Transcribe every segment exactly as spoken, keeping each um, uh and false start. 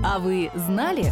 А вы знали?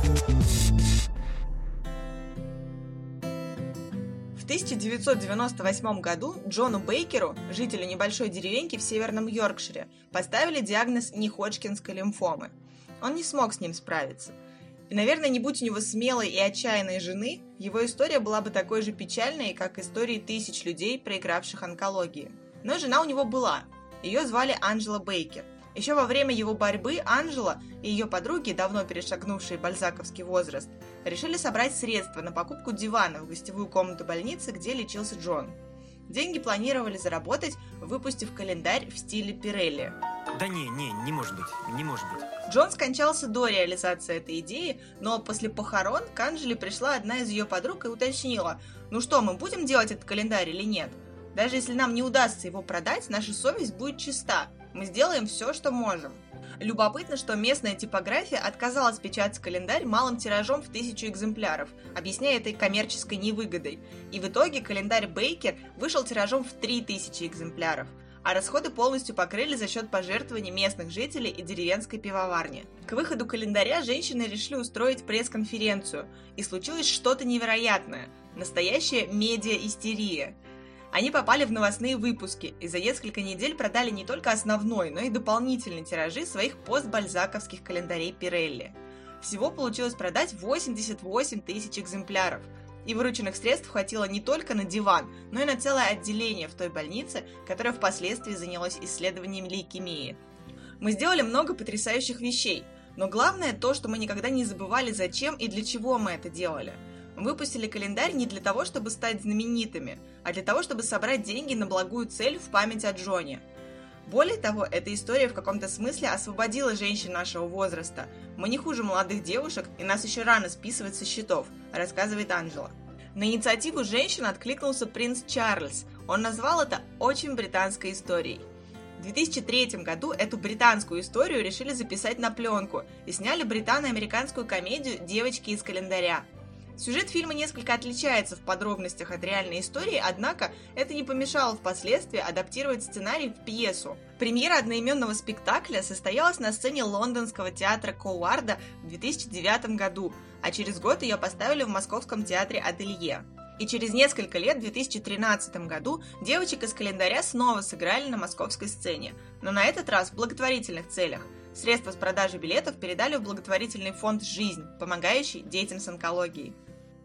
В тысяча девятьсот девяносто восьмом году Джону Бейкеру, жителю небольшой деревеньки в северном Йоркшире, поставили диагноз неходжкинской лимфомы. Он не смог с ним справиться. И, наверное, не будь у него смелой и отчаянной жены, его история была бы такой же печальной, как истории тысяч людей, проигравших онкологии. Но жена у него была. Ее звали Анджела Бейкер. Еще во время его борьбы Анджела и ее подруги, давно перешагнувшие бальзаковский возраст, решили собрать средства на покупку дивана в гостевую комнату больницы, где лечился Джон. Деньги планировали заработать, выпустив календарь в стиле Пирелли. Да не, не, не может быть, не может быть. Джон скончался до реализации этой идеи, но после похорон к Анджеле пришла одна из ее подруг и уточнила: «Ну что, мы будем делать этот календарь или нет? Даже если нам не удастся его продать, наша совесть будет чиста. Мы сделаем все, что можем». Любопытно, что местная типография отказалась печатать календарь малым тиражом в тысячу экземпляров, объясняя этой коммерческой невыгодой. И в итоге календарь Бейкер вышел тиражом в три тысячи экземпляров, а расходы полностью покрыли за счет пожертвований местных жителей и деревенской пивоварни. К выходу календаря женщины решили устроить пресс-конференцию, и случилось что-то невероятное – настоящая медиа-истерия. Они попали в новостные выпуски и за несколько недель продали не только основной, но и дополнительные тиражи своих постбальзаковских календарей Пирелли. Всего получилось продать восемьдесят восемь тысяч экземпляров, и вырученных средств хватило не только на диван, но и на целое отделение в той больнице, которое впоследствии занялось исследованием лейкемии. Мы сделали много потрясающих вещей, но главное то, что мы никогда не забывали, зачем и для чего мы это делали. Мы выпустили календарь не для того, чтобы стать знаменитыми, а для того, чтобы собрать деньги на благую цель в память о Джоне. Более того, эта история в каком-то смысле освободила женщин нашего возраста. Мы не хуже молодых девушек, и нас еще рано списывать со счетов, рассказывает Анджела. На инициативу женщин откликнулся принц Чарльз. Он назвал это очень британской историей. В две тысячи третьем году эту британскую историю решили записать на пленку и сняли британо-американскую комедию «Девочки из календаря». Сюжет фильма несколько отличается в подробностях от реальной истории, однако это не помешало впоследствии адаптировать сценарий в пьесу. Премьера одноименного спектакля состоялась на сцене лондонского театра Коуарда в две тысячи девятом году, а через год ее поставили в московском театре Ателье. И через несколько лет, в две тысячи тринадцатом году, девочек из календаря снова сыграли на московской сцене, но на этот раз в благотворительных целях. Средства с продажи билетов передали в благотворительный фонд «Жизнь», помогающий детям с онкологией.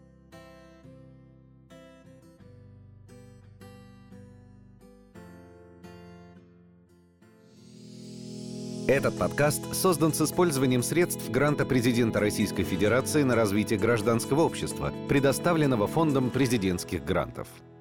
Этот подкаст создан с использованием средств гранта президента Российской Федерации на развитие гражданского общества, предоставленного Фондом президентских грантов.